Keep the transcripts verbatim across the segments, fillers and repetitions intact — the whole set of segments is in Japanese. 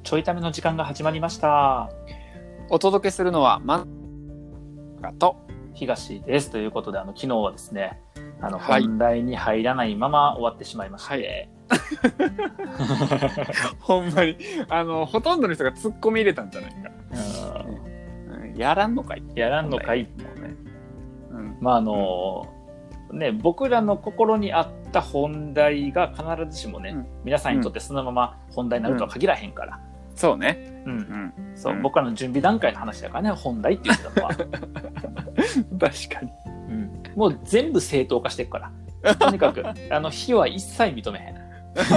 ちょいための時間が始まりました。 お届けするのはマンガと東です。ということで、あの昨日はですね、あのはい本題に入らないまま終わってしまいまして、 ほんまにあのほとんどの人がツッコミ入れたんじゃないか、うん、やらんのかいやらんのかい、 ね、うん、 まああの、うん、ね、僕らの心に合った本題が必ずしもね、うん、皆さんにとってそのまま本題になるとは限らへんから、 うん、そうね、 うんうん、そう、うん、僕らの準備段階の話だからね、本題って言ってたのは確かに、うん、もう全部正当化していくからとにかくあの非は一切認めへん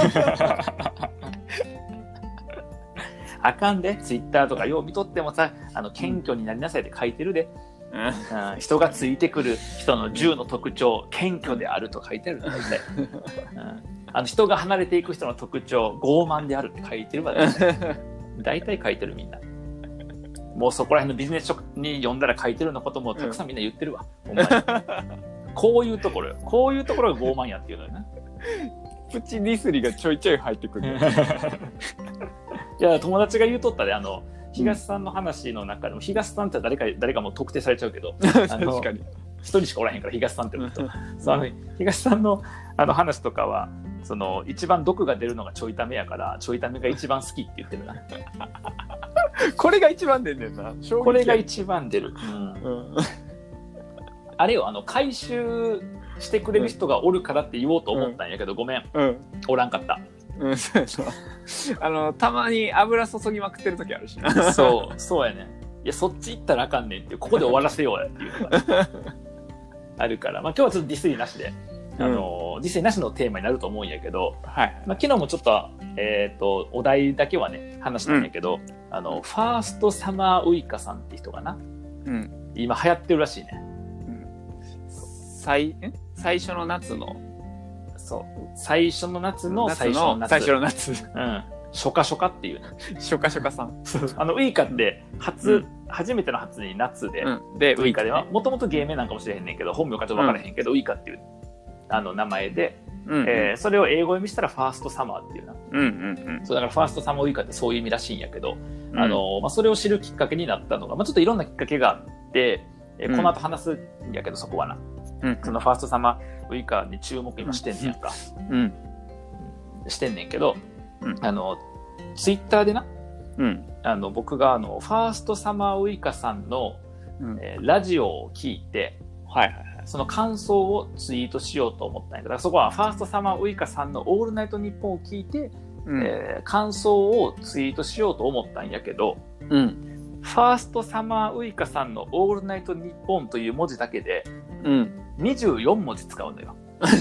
あかんで、ツイッターとかよう見とってもさ、あの謙虚になりなさいって書いてるで、うんうん、人がついてくる人のじゅうの特徴、謙虚であると書いてあるんだよね、うん、あの人が離れていく人の特徴、傲慢であるって書いてるわね大体書いてるみんな。もうそこら辺のビジネス書に読んだら書いてるのこともたくさんみんな言ってるわ、うん、ほんまにこういうところよ、こういうところが傲慢やっていうのよね。 プチディスリがちょいちょい入ってくるいや友達が言うとったで、あの東さんの話の中でも、東さんって誰か誰かも特定されちゃうけど確かに一人しかおらへんから東さんって言うとそう、あの東さんのあの話とかはその一番毒が出るのがちょいためやから、ちょいためが一番好きって言ってるなこれが一番出んねんな。 これが一番出る、うんうん、あれよ、あの回収してくれる人がおるからって言おうと思ったんやけど、うん、ごめん、うん、おらんかった、 うん、そうそうあのたまに油注ぎまくってる時あるしなそうそうやね、いやそっち行ったらあかんねんっていう、ここで終わらせようやっていうのがあるから、まあ、今日はちょっとディスリーなしで、あの、うん、ディスリーなしのテーマになると思うんやけど、はい、まあ、昨日もちょっと、えーと、お題だけはね話したんやけど、うん、あのファーストサマーウイカさんって人がな、うん、今流行ってるらしいね、 うん、最, 最初の夏のそう最初の夏の最初の夏最初の夏、 うん、初夏初夏っていう初夏初夏さんあのウイカって初、うん、初めての初に夏で、うん、でウイカではもともと芸名なんかもしれへんねんけど、本名かちょっと分からへんけど、うん、ウイカっていうあの名前で、うんうん、えー、それを英語読みしたらファーストサマーっていうな、うんうんうん、そうだからファーストサマーウイカってそういう意味らしいんやけど、うん、あのまあ、それを知るきっかけになったのが、まあ、ちょっといろんなきっかけがあって、えー、この後話すんやけど、そこはな、うん、そのファーストサマーウイカに注目今してんねやんか、うんうん、してんねんけど、うん、あのツイッターでな、うん、あの僕があのファーストサマーウイカさんの、うん、えー、ラジオを聞いて、はいはいはい、その感想をツイートしようと思ったんやけど、そこはファーストサマーウイカさんのオールナイトニッポンを聞いて、うん、えー、感想をツイートしようと思ったんやけど、うん、ファーストサマーウイカさんのオールナイトニッポンという文字だけで、うん、にじゅうよんもじ使うのよ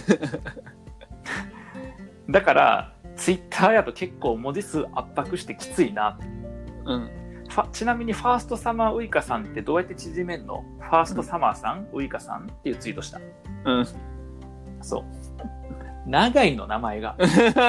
だからツイッターやと結構文字数圧迫してきついな、うん、ちなみにファーストサマーウイカさんってどうやって縮めんの？ファーストサマーさん、うん、ウイカさんっていうツイートした、うん、そう長いの名前が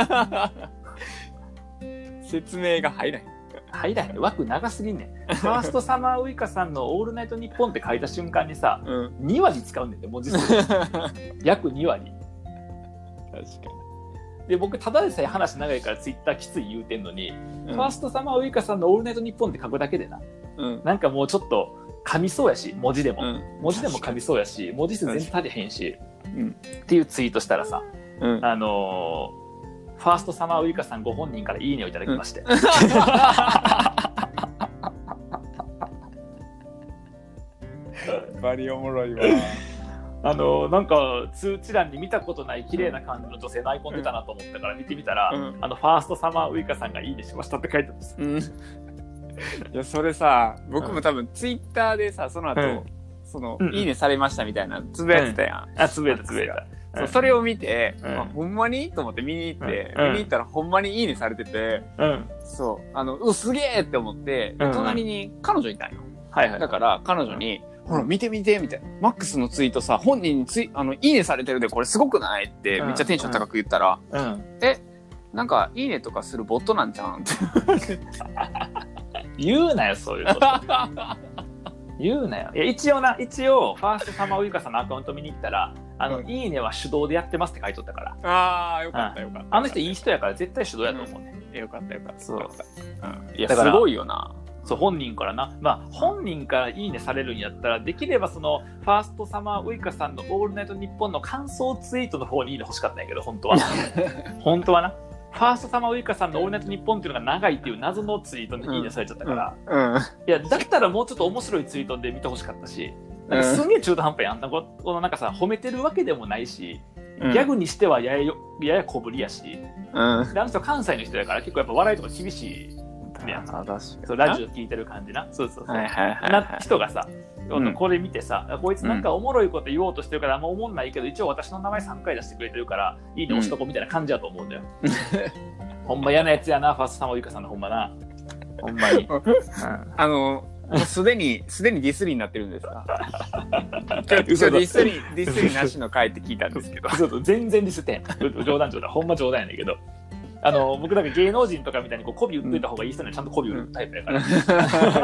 説明が入らへん入らへん、枠長すぎんねんファーストサマーウイカさんのオールナイトニッポンって書いた瞬間にさ、うん、に割使うねんね、文字数約に割。確かに。で僕ただでさえ話長いからツイッターきつい言うてんのに、うん、ファーストサマーウイカさんのオールナイトニッポンって書くだけでな、うん、なんかもうちょっと噛みそうやし、文字でも、うん、文字でも噛みそうやし、文字数全然足りへんし、うん、っていうツイートしたらさ、うん、あのー、ファーストサマーウイカさんご本人からいいねをいただきまして、うん、 バリおもろいわ。 あのなんか通知欄に見たことない綺麗な感じの女性のアイコン出たなと思ったから見てみたら、うん、あのファーストサマーウイカさんがいいねしましたって書いてます、うん、いやそれさ、僕も多分ツイッターでさ、その後、うん、その、うん、いいねされましたみたいなつぶやいてたやん、うん、 あつぶやいたつぶやいた、 そう、それを見て、うん、あほんまにと思って見に行って、うん、見に行ったらほんまにいいねされてて、うん、そうあのうすげえって思って、うん、隣に彼女いたんよ、はいはい、だから彼女に、ほら見て見てみたいな、マックスのツイートさ、本人にツイあのいいねされてるでこれすごくないってめっちゃテンション高く言ったら、うんうん、えなんかいいねとかするボットなんじゃんって言うなよそういうこと言うなよ。いや一応な一応ファーストサマーウイカさんのアカウント見に行ったら、 あの、うん、いいねは手動でやってますって書いとったから。 ああ、よかったよかった。 あの人いい人やから絶対手動やと思うね。 うん、よかったよかった。 そう。 うん、いや、すごいよな。 そう、本人からな。まあ、本人からいいねされるんやったら、できればその、ファーストサマーウイカさんのオールナイトニッポンの感想ツイートの方にいいね欲しかったんやけど、本当は。本当はな。ファーストサマーウイカさんのオールナイトニッポンっていうのが長いっていう謎のツイートにいいねされちゃったから。 うんうん、いや、だったらもうちょっと面白いツイートで見て欲しかったし、なんかすんげえ中途半端やん。このなんかさ、褒めてるわけでもないし、ギャグにしてはやや、やや小ぶりやし、うん、であの人関西の人やから結構やっぱ笑いとか厳しい。やあ確そうラジオ聞いてる感じな。そうそうそう。 はいはいはいはい、 な人がさ、うん、これ見てさ、こいつなんかおもろいこと言おうとしてるからあんま思んないけど、一応私の名前さんかい出してくれてるから、いいね押しとこうみたいな感じだと思うんだよ。ほんま嫌なやつやな、ファーストサマーウイカさんのほんまな。ほんまに。うん、 あの、すでに、すでにディスりになってるんですか？ちょ、ちょ、ディスり、ディスりなしの回って聞いたんですけど。 そうそう、全然ディスってん。冗談冗談、ほんま冗談やねんけど。あの僕なんか芸能人とかみたいにこう媚び売っといた方がいい人にはちゃんと媚び売るタイプやから、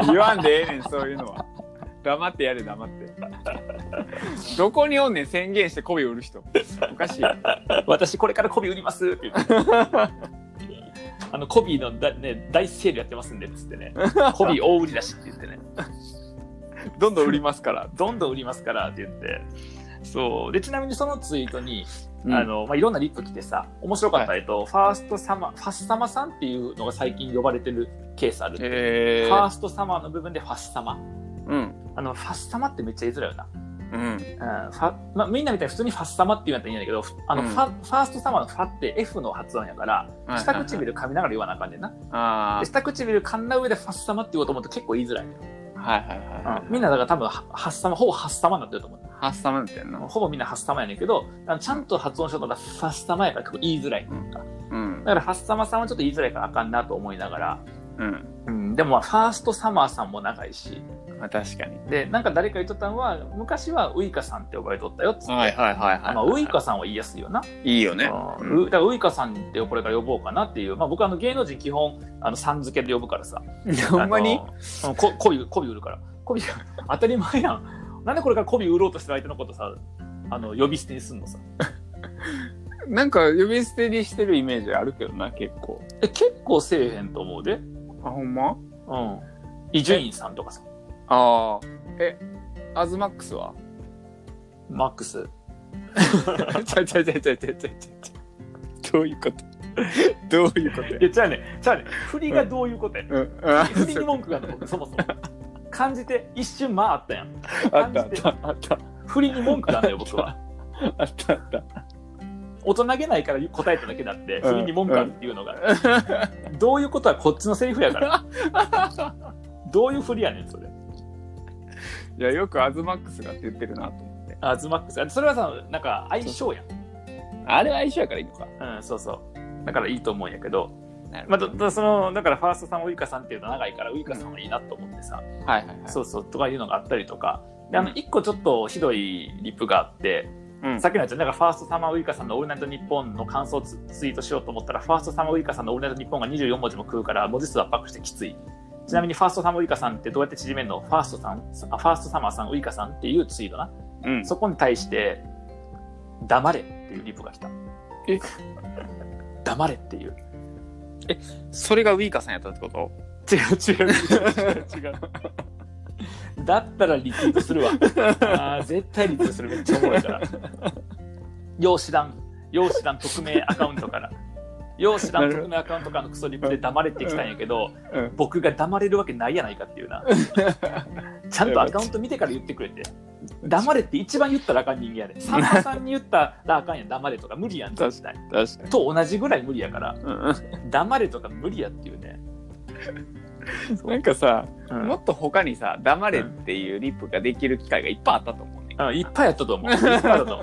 うん、言わんでええねんそういうのは。黙ってやれ黙って。どこにおんねん宣言して媚び売る人。おかしい。 私これから媚び売りますって言って。あの媚びのだ、ね、大セールやってますんでっつってね。媚び大売りだしって言ってね。 どんどん売りますからどんどん売りますからって言って。そうでちなみにそのツイートに。うん、あのまあ、いろんなリップ来てさ面白かった、はい、えっとファーストサマーファスサマさんっていうのが最近呼ばれてるケースあるって、 えー、 ファーストサマーの部分でファスサマ、 うん、 あのファスサマってめっちゃ言いづらいよな、 うんうんファまあ、みんなみたいに普通にファスサマって言うんだったらいいんだけどあの、うん、フ, ァファーストサマーのファって F の発音やから、はいはいはい、下唇噛みながら言わなあかんねんな。 あで下唇噛んだ上でファスサマって言おうと思うと結構言いづらいのよ。 はいはいはいはい、 うん、みんなだから多分ハッサマほぼハッサマになってると思う。 ハッサマってんのほぼみんなハッサマやねんけどちゃんと発音しようと思ったらファッサマやから結構言いづらい、 うんうん、 だからハッサマさんはちょっと言いづらいからあかんなと思いながら、 うんうん、でもまあファーストサマーさんも長いし、 まあ、確かにでなんか誰か言っとったのは昔はウイカさんって呼ばれとったよっつって、 はいはいはいはい、 まあ、ウイカさんは言いやすいよな。 いいよね、 うん、だからウイカさんってこれから呼ぼうかなっていう、まあ、僕はあの芸能人基本あのさん付けで呼ぶからさほんまにこ媚び媚び売るから媚び当たり前やん。なんでこれから媚び売ろうとしてる相手のことさあの呼び捨てにすんのさなんか呼び捨てにしてるイメージあるけどな結構。 え結構せえへんと思うで。 あほんま？ うん伊集院さんとかさ。 ああえアズマックスはマックスちゃちゃちゃちゃちゃちゃちゃどういうことどういうこといやちゃうねちゃうね振りがどういうことや、うんうん、振りに文句があるの僕そもそも感じて一瞬間あったやん。 あったあったあった振りに文句なんだよ僕は。 あったあった大人げないから答えただけだって、振りに文句あるっていうのが、うん、どういうことはこっちのセリフやからどういう振りやねんそれ。 いやよくアズマックスがって言ってるなと思って。 アズマックスそれはさなんか相性やん。 あれは相性やからいいのか。 うんそうそうだからいいと思うんやけど、まあ、だ, そのだからファーストさんウイカさんっていうの長いからウイカさんはいいなと思ってさ、 うん、はいはいはいそうそうとかいうのがあったりとかであの一個ちょっとひどいリップがあって、うん、さっきのやつなんかファーストサマーウイカさんのオールナイトニッポンの感想を ツ, ツイートしようと思ったらファーストサマーウイカさんのオールナイトニッポンがにじゅうよん文字も食うから文字数圧迫してきつい。ちなみにファーストサマーウイカさんってどうやって縮めるの？ファーストさんあファーストサマーさんウイカさんっていうツイートな、うん、そこに対して黙れっていうリップが来た。 え黙れっていうえそれがウイカさんやったってこと？ 違う違う違う違う違うだったらリツイートするわ。あ絶対リツイートする。めっちゃおもろいからよう知らんよう知らん匿名アカウントからよう知らん匿名アカウントからのクソリップで黙れってきたんやけど、うんうん、僕が黙れるわけないやないかっていうなちゃんとアカウント見てから言ってくれて黙れって一番言ったらあかん人間やで。さんまさんに言ったらあかんやん黙れとか無理やん絶対と同じぐらい無理やから、うん、黙れとか無理やっていうねなんかさ、うん、もっと他にさ黙れっていうリップができる機会がいっぱいあったと思うね、 うん、いっぱいあったと思ういっぱいあったと思う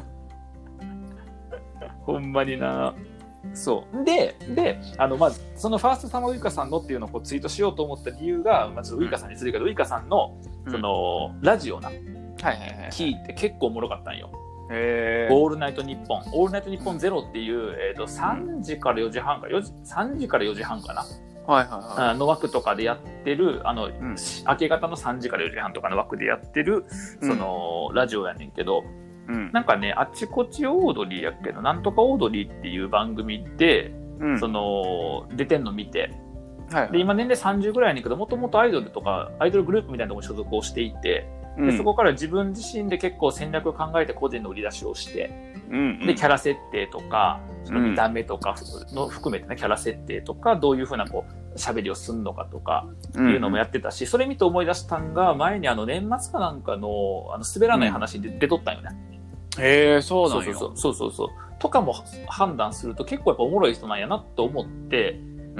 ほんまにな。そうでであの、まあ、そのファーストサマーウイカさんのっていうのをこうツイートしようと思った理由が、まあ、ちょっとウイカさんにするけど、うん、ウイカさんのその、うん、ラジオな、はいはいはい、 聞いて結構おもろかったんよ。 へオールナイトニッポンオールナイトニッポンゼロっていう、えー、とさんじからよじはんかよじさんじからよじはんかな、 はいはいはい、 の枠とかでやってるあの、うん、明け方のさんじからよじはんとかの枠でやってるその、うん、ラジオやねんけど、 うん、なんかね、あっちこっちオードリーやっけど、なんとかオードリーっていう番組で、うん、その、出てんの見て、はいはい、で、今年齢さんじゅうぐらいやねんけど、もともとアイドルとか、アイドルグループみたいなところに所属をしていて、で、うん、そこから自分自身で結構戦略を考えて個人の売り出しをして、うんうん、で、キャラ設定とか、その見た目とかの含めてね、キャラ設定とか、どういうふうなこう、喋りをすんのかとか、いうのもやってたし、うんうん、それ見て思い出したんが、前にあの、年末かなんかの、あの、滑らない話で出とったんよね。 うん、へえ、そうなんよ。そうそうそうそう。とかも判断すると結構やっぱおもろい人なんやなと思って、うん、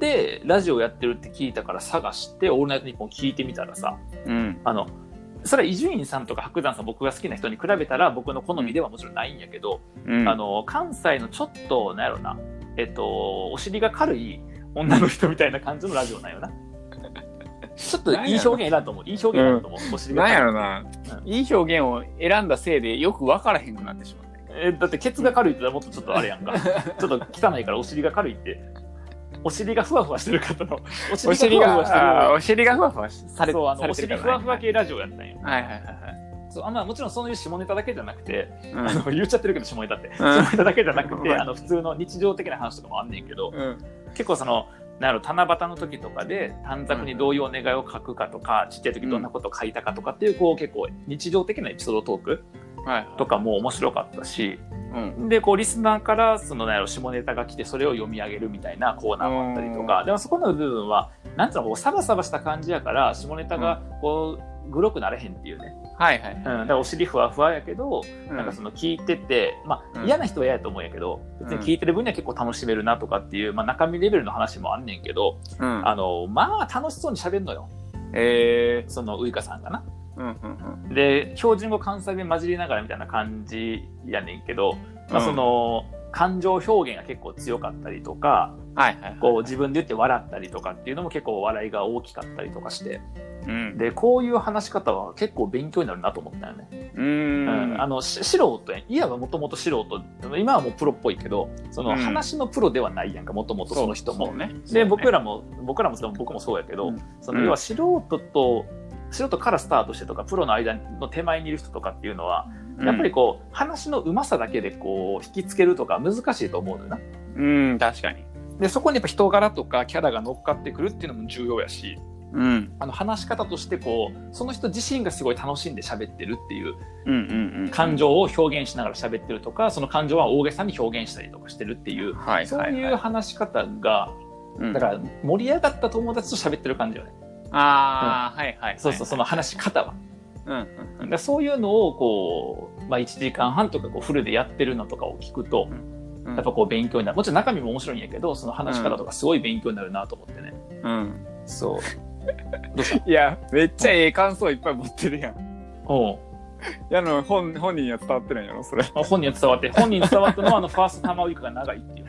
で、ラジオやってるって聞いたから探して、オールナイトニッポン聞いてみたらさ、うん、あの、それは伊集院さんとか白山さん、僕が好きな人に比べたら僕の好みではもちろんないんやけど、うん、あの、関西のちょっと、なんやろな、えっと、お尻が軽い女の人みたいな感じのラジオなんよな。ちょっといい表現だと思う。いい表現だと思う。うん、お尻が軽い。なんやろな、うん。いい表現を選んだせいでよく分からへんくなってしまう。 え、だってケツが軽いってもっとちょっとあれやんか。ちょっと汚いからお尻が軽いって。お尻がふわふわしてる方のお尻がふわふわしてるお尻がふわふわされてる。 そう、あのお尻ふわふわ系ラジオやったんよ。 はいはいはいはい。 そう、あ、まあもちろんそういう下ネタだけじゃなくて、うん、あの言っちゃってるけど下ネタって、うん、下ネタだけじゃなくて、あの普通の日常的な話とかもあんねんけど、うん、結構そのなんやろ、七夕の時とかで短冊にどういうお願いを書くかとか、ちっちゃい時どんなことを書いたかとかっていうこう結構日常的なエピソードトークとかも面白かったし。うん、でこうリスナーからそのなんやろ下ネタが来てそれを読み上げるみたいなコーナーもあったりとか、でもそこの部分はなんていうのこうサバサバした感じやから下ネタがこうグロくなれへんっていうね、はいはい、うん、だからお尻ふわふわやけど、うん、なんかその聞いてて、まあ、嫌な人は嫌やと思うんやけど、うん、別に聞いてる分には結構楽しめるなとかっていう、まあ、中身レベルの話もあんねんけど、うん、あのまあ楽しそうに喋るのよ、えー、そのウイカさんがな。うんうんうん、で標準語関西弁混じりながらみたいな感じやねんけど、まあ、その、うん、感情表現が結構強かったりとか、はいはいはい、こう自分で言って笑ったりとかっていうのも結構笑いが大きかったりとかして、うん、でこういう話し方は結構勉強になるなと思ったよね。うーん、うん、あの素人やいわばもともと素人、今はもうプロっぽいけどその話のプロではないやんか、もともとその人も、ね、で、ね、僕らも僕らも僕もそうやけど、うん、その要は素人と素人からスタートしてとかプロの間の手前にいる人とかっていうのは、うん、やっぱりこう話のうまさだけでこう引きつけるとか難しいと思うのよな。 うん、確かに。 でそこにやっぱ人柄とかキャラが乗っかってくるっていうのも重要やし、うん、あの話し方としてこうその人自身がすごい楽しんで喋ってるっていう、うんうんうん、感情を表現しながら喋ってるとか、その感情は大げさに表現したりとかしてるっていう、はいはいはい、そういう話し方が、うん、だから盛り上がった友達と喋ってる感じよね。 ああ、うん、はいはい。 そうそう、その話し方は。うんうん、だそういうのをこう、まあ、いちじかんはんとかこうフルでやってるのとかを聞くと、うん、やっぱこう勉強になる。もちろん中身も面白いんやけど、その話し方とかすごい勉強になるなと思ってね。うん。そう。 どうした？いや、めっちゃええ感想いっぱい持ってるやん。おう。いや、の本、本人には伝わってないんやろ、それ。 本人に伝わって、本人に伝わったのはあのファーストサマーウイカが長いっていう。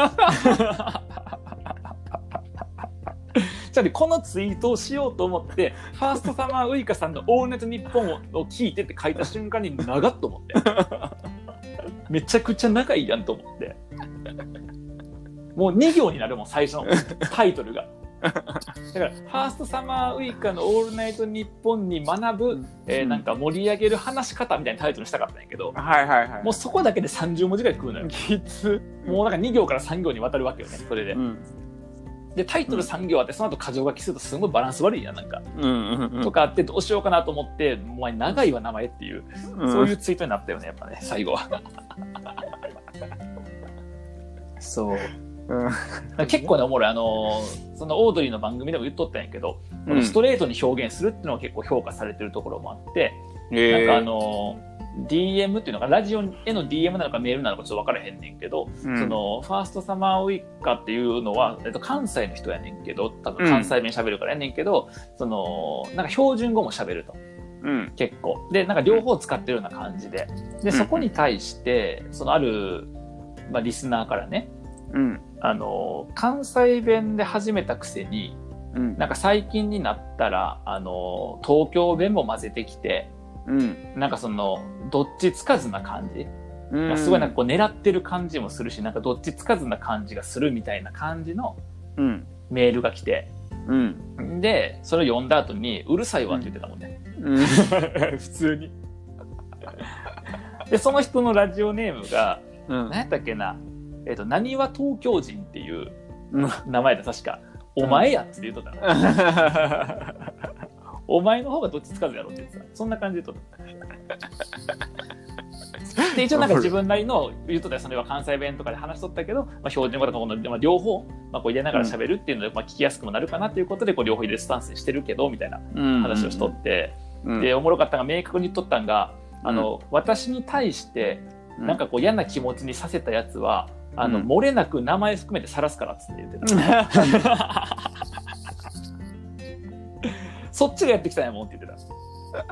じゃあこのツイートをしようと思ってファーストサマーウイカさんのオールナイトニッポンを聞いてって書いた瞬間に長っと思ってめちゃくちゃ長いやんと思ってもうに行になるもん最初のタイトルがだからファーストサマーウイカのオールナイトニッポンに学ぶ、うんえー、なんか盛り上げる話し方みたいなタイトルにしたかったんやけど、はいはいはい、もうそこだけでさんじゅう文字ぐらい食うのよ。きつもうなんかに行からさん行にわたるわけよねそれで、うんでタイトルさん行あってその後箇条書きするとすごいバランス悪いやんなんか、うんうんうん、とかあってどうしようかなと思ってお前長いわ名前っていう、うん、そういうツイートになったよねやっぱね最後はそう、うん、結構ねおもろいあのそのオードリーの番組でも言っとったんやけど、うん、ストレートに表現するっていうのは結構評価されてるところもあって、なんかあのディーエム っていうのがラジオへの ディーエム なのかメールなのかちょっと分からへんねんけど、うん、そのファーストサマーウイカっていうのは、えっと、関西の人やねんけど多分関西弁喋るからやねんけど、うん、そのなんか標準語も喋ると、うん、結構でなんか両方使ってるような感じででそこに対してそのある、まあ、リスナーからね、うん、あの関西弁で始めたくせに、うん、なんか最近になったらあの東京弁も混ぜてきてうん、なんかそのどっちつかずな感じ、うん、すごいなんかこう狙ってる感じもするしなんかどっちつかずな感じがするみたいな感じのメールが来て、うん、でそれを読んだ後にうるさいわって言ってたもんね、うんうん、普通にでその人のラジオネームが、うん、何やったっけな、えっ、ー、と何は東京人っていう名前で確か、うん、お前やって言うとったな、うん、お前の方がどっちつかずやろって言ってた、そんな感じで言うとったで一応なんか自分なりの言うとったらそれは関西弁とかで話しとったけど、まあ、標準語とかこの、まあ、両方、まあ、こう入れながら喋るっていうので、まあ、聞きやすくもなるかなということでこう両方入れるスタンスにしてるけどみたいな話をしとって、うんうんうん、でおもろかったのが明確に言っとったんが、あの、うん、私に対してなんかこう嫌な気持ちにさせたやつは、うん、あの漏れなく名前含めて晒すからっつって言ってたそっちがやってきたんやもんって言ってた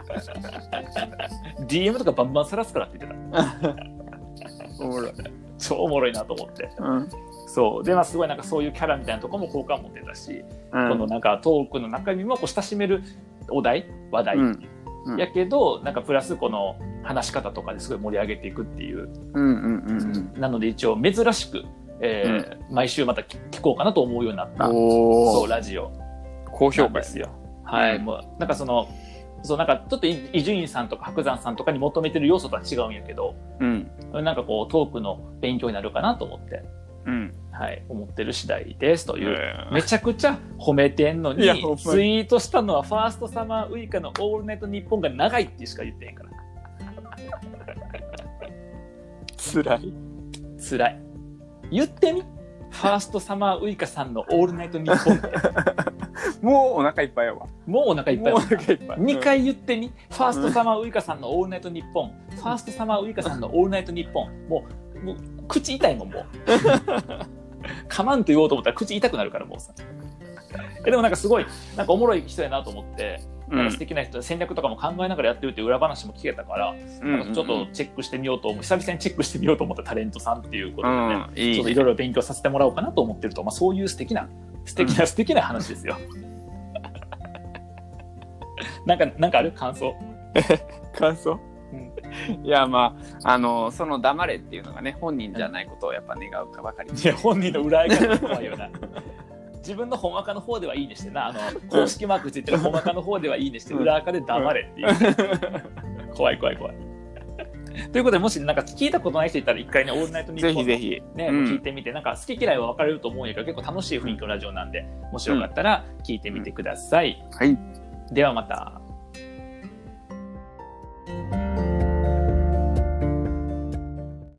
ディーエム とかバンバン晒すからって言ってたおもろい、超おもろいなと思って、うん、そうで、まあ、すごいなんかそういうキャラみたいなとこも好感持ってたし、うん、このなんかトークの中身もこう親しめるお題話題、うんうん、やけどなんかプラスこの話し方とかですごい盛り上げていくっていう、うんうんうんうん、なので一応珍しく、えーうん、毎週また聞こうかなと思うようになったそうラジオ高評価ですよ。はい、うん、もうなんかそのそうなんかちょっと伊集院さんとか白山さんとかに求めてる要素とは違うんやけど、うん、なんかこうトークの勉強になるかなと思って、うんはい、思ってる次第ですという、えー、めちゃくちゃ褒めてんのにツイートしたのはファーストサマーウイカのオールナイトニッポンが長いってしか言ってへんからつらいつらい言ってみファーストサマーウイカさんのオールナイトニッポンってもうお腹いっぱいやわ。 もうお腹いっぱいやわ。にかい言ってみ、うん、ファーストサマーウイカさんのオールナイトニッポン、ファーストサマーウイカさんのオールナイトニッポン。もう、もう口痛いもん、もう。かまんと言おうと思ったら口痛くなるから、もうさ。でもなんかすごい、なんかおもろい人やなと思って、なんか素敵な人、戦略とかも考えながらやってるっていう裏話も聞けたから、うん、なんかちょっとチェックしてみようと思う、久々にチェックしてみようと思ったタレントさんっていうことでね、うん、いいちょっといろいろ勉強させてもらおうかなと思ってると、まあそういう素敵な、素敵な、素敵な話ですよ。なんか、なんかある感想感想、うん、いやまあ、あのその黙れっていうのがね本人じゃないことをやっぱ願うかばかり、 いや本人の裏側が怖いよな自分の本垢の方ではいいねしてな、あの公式マークついてる本垢の方ではいいねして、うん、裏垢で黙れっていう、うん、怖い怖い怖いということで、もしなんか聞いたことない人いたら一回ね、オールナイトニッポンぜひぜひ、 ね、うん、聞いてみて、なんか好き嫌いは分かれると思うんやけど、結構楽しい雰囲気のラジオなんで、もしよかったら聞いてみてください。 うん、はい。 ではまた。